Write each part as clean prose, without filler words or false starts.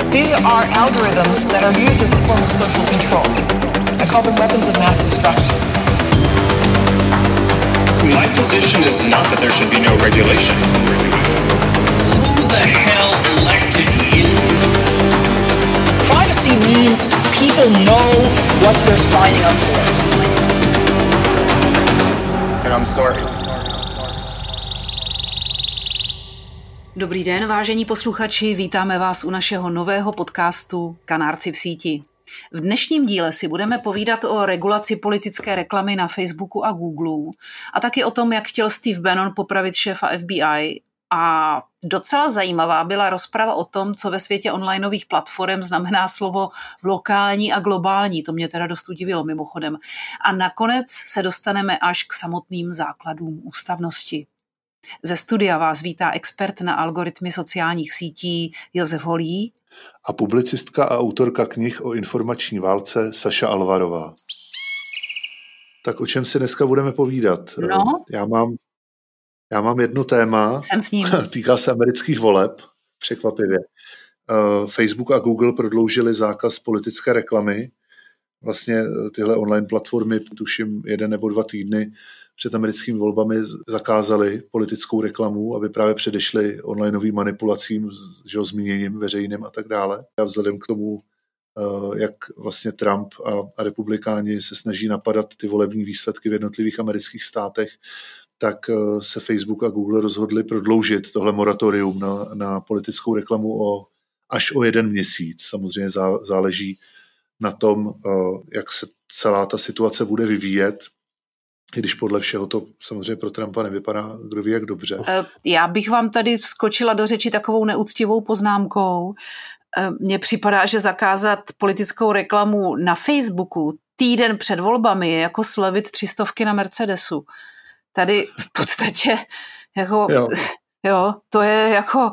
These are algorithms that are used as a form of social control. I call them weapons of mass destruction. My position is not that there should be no regulation. Who the hell elected you? Privacy means people know what they're signing up for. And I'm sorry. Dobrý den, vážení posluchači, vítáme vás u našeho nového podcastu Kanárci v síti. V dnešním díle si budeme povídat o regulaci politické reklamy na Facebooku a Google a taky o tom, jak chtěl Steve Bannon popravit šéfa FBI. A docela zajímavá byla rozprava o tom, co ve světě onlineových platform znamená slovo lokální a globální. To mě teda dost udivilo mimochodem. A nakonec se dostaneme až k samotným základům ústavnosti. Ze studia vás vítá expert na algoritmy sociálních sítí Josef Holý a publicistka a autorka knih o informační válce Saša Alvarová. Tak o čem si dneska budeme povídat? No. Já mám jedno téma, jsem s ním. Týká se amerických voleb, překvapivě. Facebook a Google prodloužili zákaz politické reklamy. Vlastně tyhle online platformy, tuším 1 nebo 2 týdny před americkými volbami zakázali politickou reklamu, aby právě předešli onlineovým manipulacím, s míněním veřejným a tak dále. A vzhledem k tomu, jak vlastně Trump a republikáni se snaží napadat ty volební výsledky v jednotlivých amerických státech, tak se Facebook a Google rozhodli prodloužit tohle moratorium na politickou reklamu až o 1 měsíc. Samozřejmě záleží na tom, jak se celá ta situace bude vyvíjet, i když podle všeho to samozřejmě pro Trumpa nevypadá, kdo ví jak dobře. Já bych vám tady vskočila do řeči takovou neúctivou poznámkou. Mně připadá, že zakázat politickou reklamu na Facebooku týden před volbami je jako slevit 300 na Mercedesu. Tady v podstatě jako, jo, to je jako...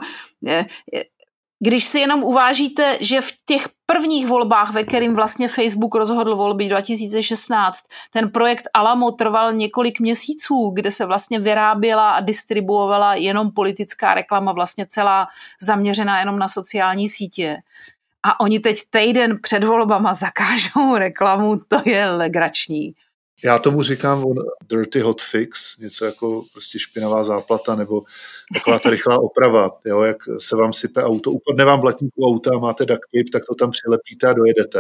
Když si jenom uvážíte, že v těch prvních volbách, ve kterým vlastně Facebook rozhodl volby 2016, ten projekt Alamo trval několik měsíců, kde se vlastně vyráběla a distribuovala jenom politická reklama, vlastně celá zaměřená jenom na sociální sítě. A oni teď týden před volbama zakážou reklamu, to je legrační. Já tomu říkám dirty hot fix, něco jako prostě špinavá záplata nebo taková ta rychlá oprava, jo, jak se vám sype auto, upadne vám blatník u auta a máte duct tape, tak to tam přilepíte a dojedete.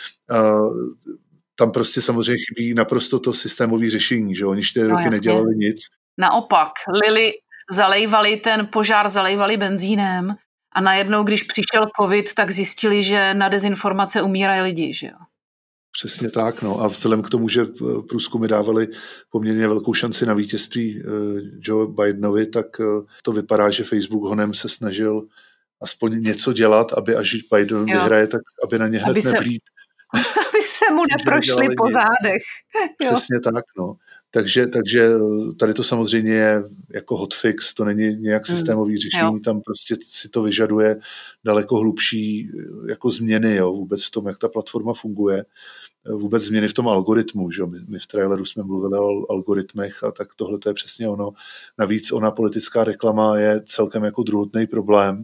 Tam prostě samozřejmě chybí naprosto to systémové řešení, že oni 4 roky nedělali nic. Naopak, lili zalejvali ten požár, zalejvali benzínem a najednou, když přišel covid, tak zjistili, že na dezinformace umírají lidi, že jo. Přesně tak, no. A vzhledem k tomu, že průzkumy dávaly poměrně velkou šanci na vítězství Joe Bidenovi, tak to vypadá, že Facebook honem se snažil aspoň něco dělat, aby až Biden vyhraje, tak aby na ně hned nevlít. Aby se mu neprošli po zádech. Přesně tak, no. Takže tady to samozřejmě je jako hotfix, to není nějak systémový řešení, tam prostě si to vyžaduje daleko hlubší jako změny, jo, vůbec v tom, jak ta platforma funguje, vůbec změny v tom algoritmu, že? My v traileru jsme mluvili o algoritmech a tak tohle to je přesně ono. Navíc ona politická reklama je celkem jako druhotný problém.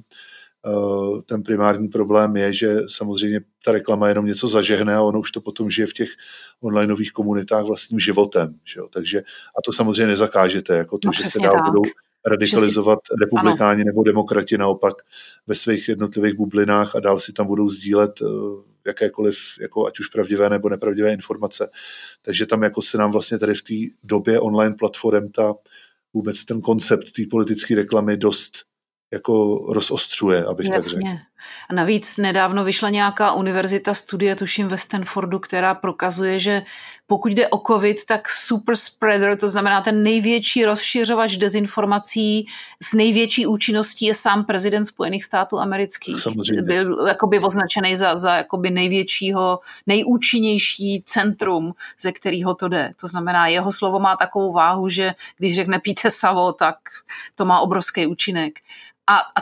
Ten primární problém je, že samozřejmě ta reklama jenom něco zažehne a ono už to potom žije v těch onlineových komunitách vlastním životem. Že jo? Takže, a to samozřejmě nezakážete, jako to, že se dál budou radikalizovat republikáni nebo demokrati naopak ve svých jednotlivých bublinách a dál si tam budou sdílet jakékoliv, jako ať už pravdivé nebo nepravdivé informace. Takže tam jako se nám vlastně tady v té době online platform vůbec ten koncept té politické reklamy dost jako rozostřuje, abych tak řekl. A navíc nedávno vyšla nějaká univerzita studie, tuším ve Stanfordu, která prokazuje, že pokud jde o covid, tak super spreader, to znamená ten největší rozšiřovač dezinformací s největší účinností je sám prezident Spojených států amerických. Samozřejmě. Byl jakoby označený za jakoby největšího, nejúčinnější centrum, ze kterého to jde. To znamená, jeho slovo má takovou váhu, že když řekne pijte savo, tak to má obrovský účinek. A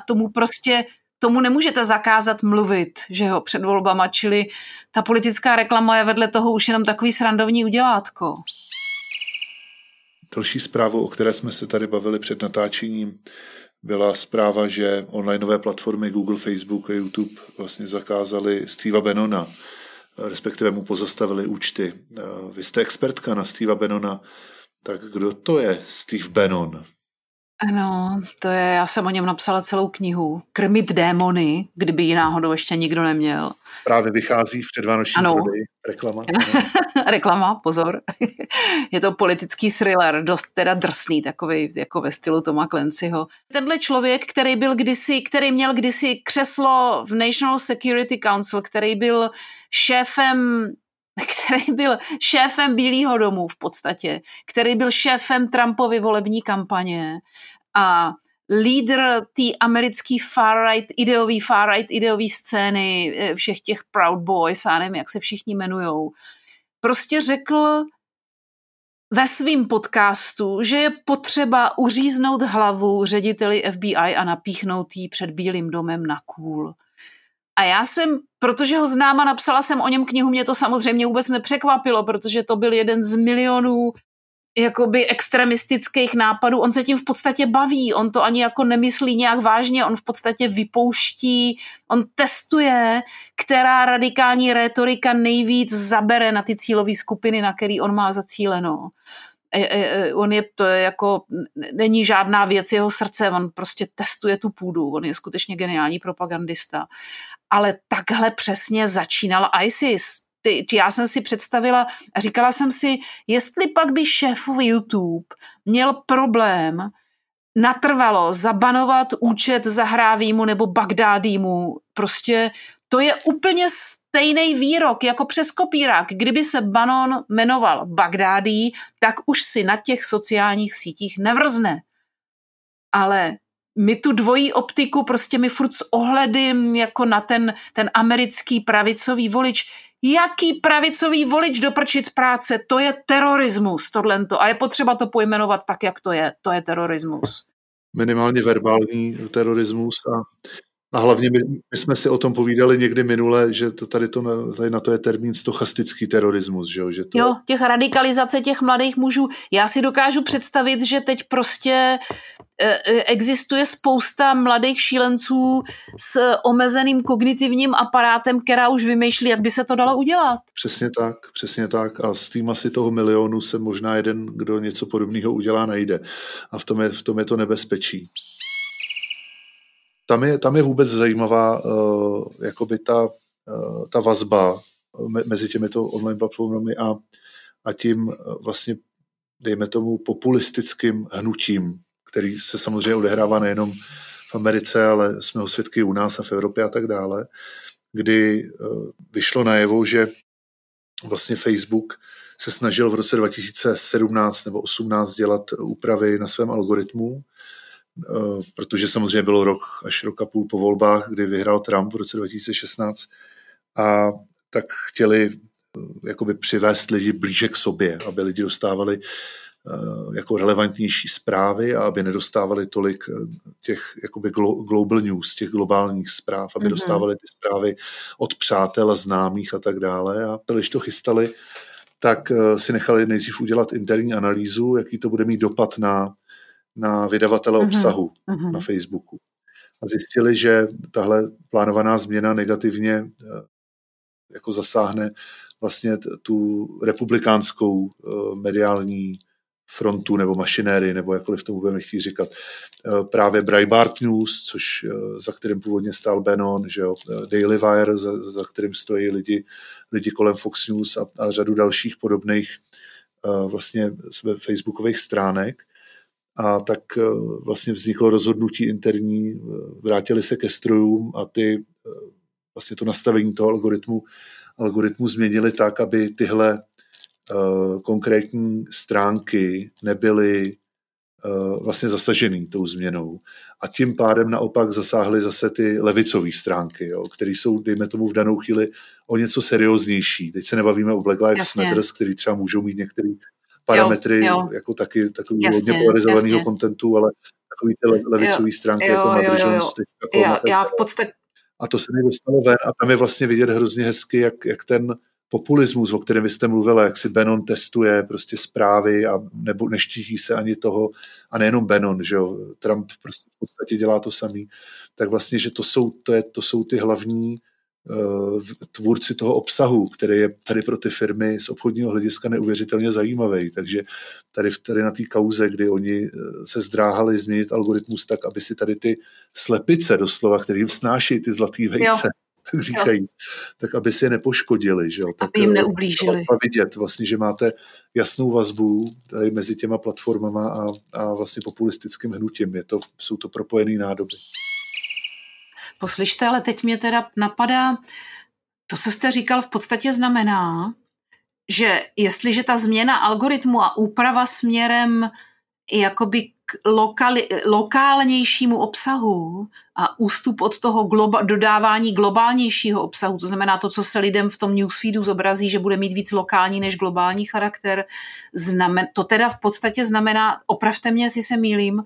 tomu nemůžete zakázat mluvit, že jo, před volbama, čili ta politická reklama je vedle toho už jenom takový srandovní udělátko. Další zprávou, o které jsme se tady bavili před natáčením, byla zpráva, že onlineové platformy Google, Facebook a YouTube vlastně zakázali Steva Bannona, respektive mu pozastavili účty. Vy jste expertka na Steva Bannona, tak kdo to je Steve Bannon? Ano, já jsem o něm napsala celou knihu. Krmit démony, kdyby ji náhodou ještě nikdo neměl. Právě vychází v předvánočním prodeji. Reklama. Reklama, pozor. Je to politický thriller, dost teda drsný, takový jako ve stylu Toma Clancyho. Tenhle člověk, který měl kdysi křeslo v National Security Council, který byl šéfem Bílého domu v podstatě, který byl šéfem Trumpovy volební kampaně a lídr té americké far-right ideový scény, všech těch Proud Boys, já nevím, jak se všichni jmenujou, prostě řekl ve svým podcastu, že je potřeba uříznout hlavu řediteli FBI a napíchnout jí před Bílým domem na kůl. A já jsem, protože ho znám a napsala jsem o něm knihu, mě to samozřejmě vůbec nepřekvapilo, protože to byl jeden z milionů jakoby extremistických nápadů. On se tím v podstatě baví, on to ani jako nemyslí nějak vážně, on v podstatě vypouští, on testuje, která radikální rétorika nejvíc zabere na ty cílové skupiny, na který on má zacíleno. To je jako, není žádná věc jeho srdce, on prostě testuje tu půdu, on je skutečně geniální propagandista. Ale takhle přesně začínal ISIS. Já jsem si představila a říkala jsem si, jestli pak by šéf YouTube měl problém natrvalo zabanovat účet Zahrávýmu nebo Bagdádímu, prostě to je úplně stejný výrok jako přes kopírák. Kdyby se Bannon jmenoval Bagdádí, tak už si na těch sociálních sítích nevrzne. Ale my tu dvojí optiku, prostě my furt s ohledem jako na ten americký pravicový volič. Jaký pravicový volič do prčic práce? To je terorismus, tohlento. A je potřeba to pojmenovat tak, jak to je. To je terorismus. Minimálně verbální terorismus a hlavně my jsme si o tom povídali někdy minule, že tady na to je termín stochastický terorismus. Že to... Jo, těch radikalizace těch mladých mužů. Já si dokážu představit, že teď prostě existuje spousta mladých šílenců s omezeným kognitivním aparátem, která už vymýšlí, jak by se to dalo udělat. Přesně tak. A s tím asi toho milionu se možná jeden, kdo něco podobného udělá, najde. A v tom je to nebezpečí. Tam je vůbec zajímavá jakoby ta vazba mezi těmito online platformami a tím vlastně, dejme tomu, populistickým hnutím, který se samozřejmě odehrává nejenom v Americe, ale jsme ho svědky u nás a v Evropě a tak dále, kdy vyšlo najevo, že vlastně Facebook se snažil v roce 2017 nebo 2018 dělat úpravy na svém algoritmu, protože samozřejmě bylo rok a půl po volbách, kdy vyhrál Trump v roce 2016 a tak chtěli jakoby přivést lidi blíže k sobě, aby lidi dostávali jako relevantnější zprávy a aby nedostávali tolik těch jakoby global news, těch globálních zpráv, aby dostávali ty zprávy od přátel a známých a tak dále. A když to chystali, tak si nechali nejdřív udělat interní analýzu, jaký to bude mít dopad na vydavatele obsahu na Facebooku. A zjistili, že tahle plánovaná změna negativně jako zasáhne vlastně tu republikánskou mediální frontu nebo mašinérii, nebo jakkoliv tomu budeme chtít říkat. Právě Breitbart News, za kterým původně stál Bannon, že jo, Daily Wire, za kterým stojí lidi kolem Fox News a řadu dalších podobných vlastně facebookových stránek. A tak vlastně vzniklo rozhodnutí interní, vrátili se ke strojům a vlastně to nastavení toho algoritmu změnili tak, aby tyhle konkrétní stránky nebyly vlastně zasažený tou změnou. A tím pádem naopak zasáhly zase ty levicové stránky, jo, které jsou, dejme tomu, v danou chvíli o něco serióznější. Teď se nebavíme o Black Lives Matter, který třeba můžou mít některé parametry, jako takový hodně polarizovaného kontentu, ale takový ty levicové stránky jako Madržons. Já v podstatě... A to se mi dostalo ven a tam je vlastně vidět hrozně hezky, jak ten populismus, o kterém vy jste mluvila, jak si Bannon testuje prostě zprávy a nebo neštíhí se ani toho, a nejenom Bannon, že jo, Trump prostě v podstatě dělá to samý, tak vlastně, že to jsou ty hlavní tvůrci toho obsahu, který je tady pro ty firmy z obchodního hlediska neuvěřitelně zajímavý. Takže tady na té kauze, kdy oni se zdráhali změnit algoritmus tak, aby si tady ty slepice doslova, kterým snáší ty zlatý vejce, tak říkají, tak aby si je nepoškodili. Že jo? Tak, aby jim neublížili. Vidět vlastně, že máte jasnou vazbu tady mezi těma platformama a vlastně populistickým hnutím. Jsou to propojený nádoby. Poslyšte, ale teď mě teda napadá, to, co jste říkal, v podstatě znamená, že jestliže ta změna algoritmu a úprava směrem jakoby k lokálnějšímu obsahu a ústup od toho dodávání globálnějšího obsahu, to znamená to, co se lidem v tom newsfeedu zobrazí, že bude mít víc lokální než globální charakter, to teda v podstatě znamená, opravte mě, jestli se mýlím,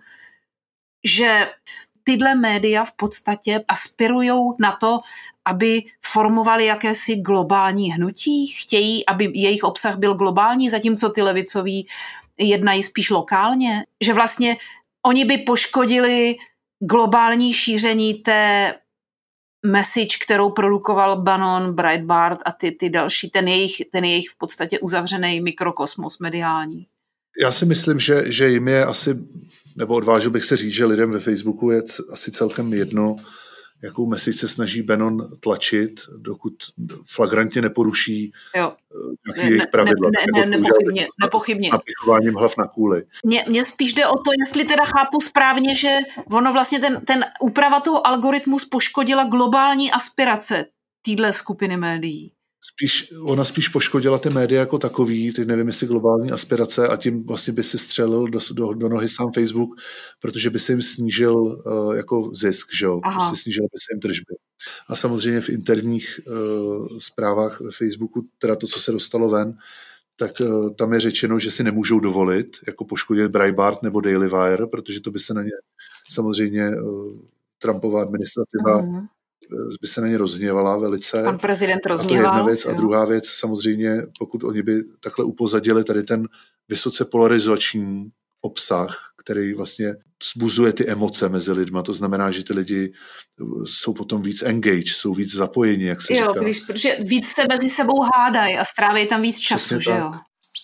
že tyhle média v podstatě aspirujou na to, aby formovali jakési globální hnutí, chtějí, aby jejich obsah byl globální, zatímco ty levicoví jednají spíš lokálně, že vlastně oni by poškodili globální šíření té message, kterou produkoval Bannon, Breitbart a ty další, ten jejich v podstatě uzavřený mikrokosmos mediální. Já si myslím, že jim je asi, nebo odvážil bych se říct, že lidem ve Facebooku je asi celkem jedno, jakou message se snaží Bannon tlačit, dokud flagrantně neporuší nějaký jejich pravidla. Nepochybně. Napichováním hlav na kůli. Mně spíš jde o to, jestli teda chápu správně, že ono vlastně ten úprava toho algoritmu poškodila globální aspirace téhle skupiny médií. Ona spíš poškodila ty média jako takový, teď nevím, jestli globální aspirace, a tím vlastně by si střelil do nohy sám Facebook, protože by se jim snížil jako zisk, že jo? Prostě snížil by se jim tržby. A samozřejmě v interních zprávách ve Facebooku, teda to, co se dostalo ven, tak tam je řečeno, že si nemůžou dovolit jako poškodit Breitbart nebo Daily Wire, protože to by se na ně samozřejmě Trumpova administrativa by se na ně rozhněvala velice. Pan prezident rozhněval. A to je jedna věc. Jo. A druhá věc, samozřejmě, pokud oni by takhle upozadili tady ten vysoce polarizační obsah, který vlastně vzbuzuje ty emoce mezi lidma. To znamená, že ty lidi jsou potom víc engaged, jsou víc zapojeni, jak se říká. Protože víc se mezi sebou hádají a stráví tam víc času, že jo?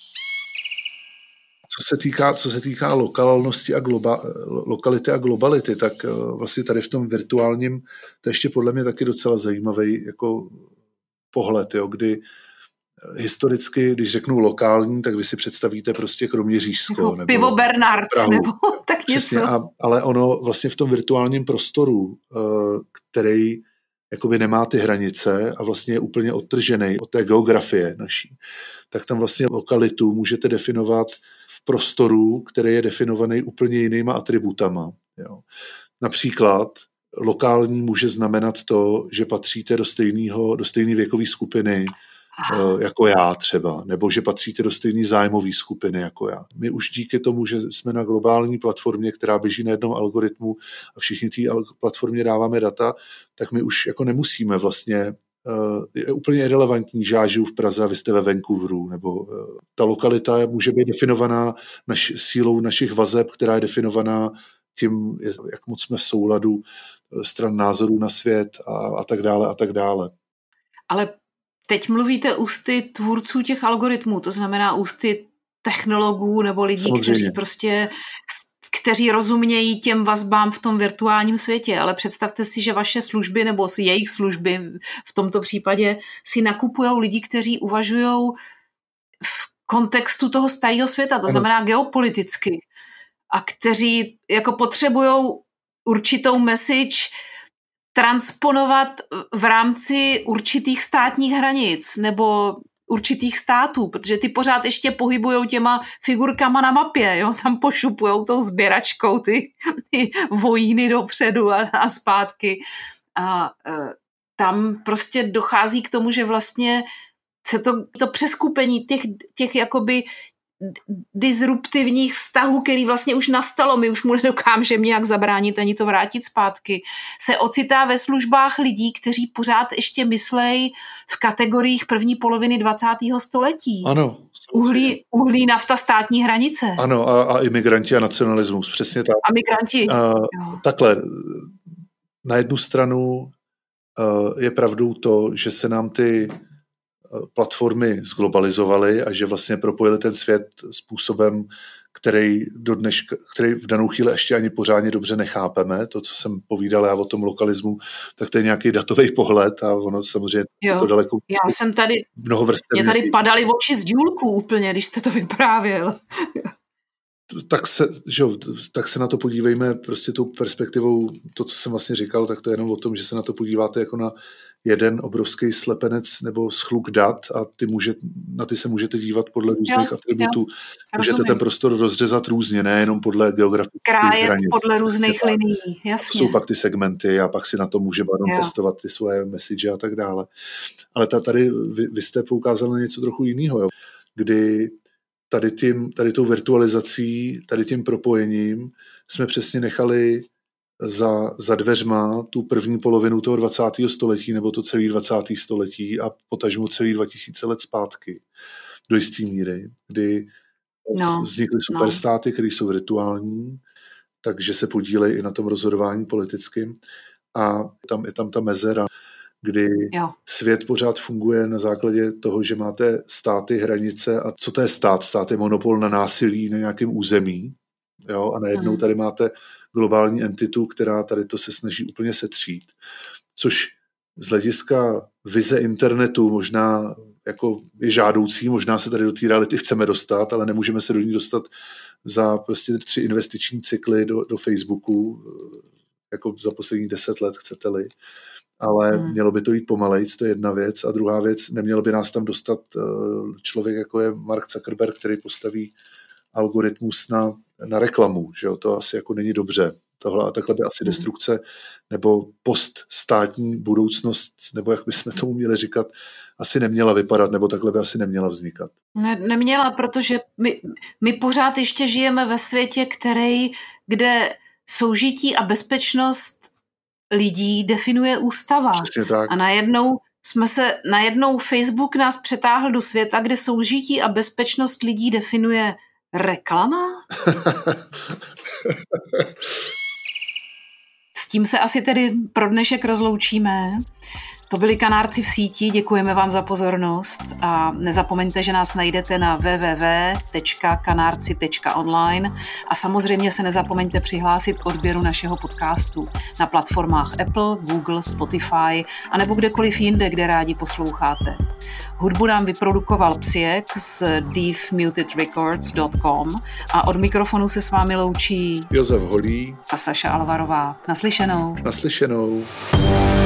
Co se týká lokálnosti a lokality a globality, tak vlastně tady v tom virtuálním, to ještě podle mě taky docela zajímavý jako pohled, jo, kdy historicky, když řeknu lokální, tak vy si představíte prostě Kroměřížsko. Nebo pivo Bernard, Prahu. nebo tak přesně, něco. Ale ono vlastně v tom virtuálním prostoru, který jakoby nemá ty hranice a vlastně je úplně odtržený od té geografie naší, tak tam vlastně lokalitu můžete definovat v prostoru, který je definovaný úplně jinýma atributama. Jo. Například lokální může znamenat to, že patříte do stejné věkové skupiny jako já třeba, nebo že patříte do stejné zájmové skupiny jako já. My už díky tomu, že jsme na globální platformě, která běží na jednom algoritmu a všichni té platformě dáváme data, tak my už jako nemusíme vlastně, je úplně irelevantní, že já žiju v Praze a vy jste ve Vancouveru, nebo ta lokalita může být definovaná sílou našich vazeb, která je definovaná tím, jak moc jsme v souladu stran názorů na svět a tak dále a tak dále. Ale teď mluvíte ústy tvůrců těch algoritmů, to znamená ústy technologů nebo lidí, samozřejmě, kteří rozumějí těm vazbám v tom virtuálním světě, ale představte si, že vaše služby nebo jejich služby v tomto případě si nakupujou lidi, kteří uvažují v kontextu toho starého světa, to znamená geopoliticky, a kteří jako potřebují určitou message transponovat v rámci určitých státních hranic nebo určitých států, protože ty pořád ještě pohybujou těma figurkama na mapě, jo? Tam pošupujou tou sběračkou ty vojíny dopředu a zpátky. A tam prostě dochází k tomu, že vlastně se to přeskupení těch jakoby disruptivních vztahů, který vlastně už nastalo, my už mu nedokážeme nějak zabránit ani to vrátit zpátky, se ocitá ve službách lidí, kteří pořád ještě myslejí v kategoriích první poloviny 20. století. Ano. Uhlí, nafta, státní hranice. Ano, a imigranti a nacionalismus, přesně tak. A migranti. Takhle, na jednu stranu je pravdou to, že se nám ty platformy zglobalizovaly a že vlastně propojily ten svět způsobem, který v danou chvíli ještě ani pořádně dobře nechápeme. To, co jsem povídal já o tom lokalismu, tak to je nějaký datový pohled a ono samozřejmě to daleko... Já jsem tady... Mě tady padaly oči z důlku úplně, když jste to vyprávěl. Tak se na to podívejme prostě tou perspektivou, to, co jsem vlastně říkal, tak to je jenom o tom, že se na to podíváte jako na jeden obrovský slepenec nebo schluk dat a na ty se můžete dívat podle různých atributů. Můžete ten prostor rozřezat různě, nejenom podle geografických hranic. Krájet podle různých linií, jasně. Jsou pak ty segmenty a pak si na to může Baron testovat ty svoje message a tak dále. Ale tady vy jste poukázal na něco trochu jiného, jo? Kdy tady tou virtualizací, tady tím propojením jsme přesně nechali za dveřma tu první polovinu toho 20. století nebo to celé 20. století a potažmo celý 2000 let zpátky do jisté míry, kdy vznikly superstáty, které jsou virtuální, takže se podílejí i na tom rozhodování politickým a je tam ta mezera, kdy svět pořád funguje na základě toho, že máte státy, hranice a co to je stát? Stát je monopol na násilí na nějakém území, jo? A najednou tady máte globální entitu, která tady to se snaží úplně setřít, což z hlediska vize internetu možná jako je žádoucí, možná se tady do té reality chceme dostat, ale nemůžeme se do ní dostat za prostě 3 investiční cykly do Facebooku, jako za posledních 10 let, chcete-li. Ale mělo by to jít pomalejc, to je jedna věc. A druhá věc, neměl by nás tam dostat člověk, jako je Mark Zuckerberg, který postaví algoritmus na reklamu, že jo? To asi jako není dobře. Takhle by asi destrukce nebo poststátní budoucnost, nebo jak bychom tomu měli říkat, asi neměla vypadat, nebo takhle by asi neměla vznikat. Neměla, protože my pořád ještě žijeme ve světě, kde soužití a bezpečnost lidí definuje ústava. Přesně tak. A najednou Facebook nás přetáhl do světa, kde soužití a bezpečnost lidí definuje reklama? S tím se asi tedy pro dnešek rozloučíme. To byli Kanárci v síti, děkujeme vám za pozornost a nezapomeňte, že nás najdete na www.kanarci.online a samozřejmě se nezapomeňte přihlásit k odběru našeho podcastu na platformách Apple, Google, Spotify a nebo kdekoliv jinde, kde rádi posloucháte. Hudbu nám vyprodukoval Psiek z deepmutedrecords.com a od mikrofonu se s vámi loučí Josef Holý a Saša Alvarová. Naslyšenou. Naslyšenou.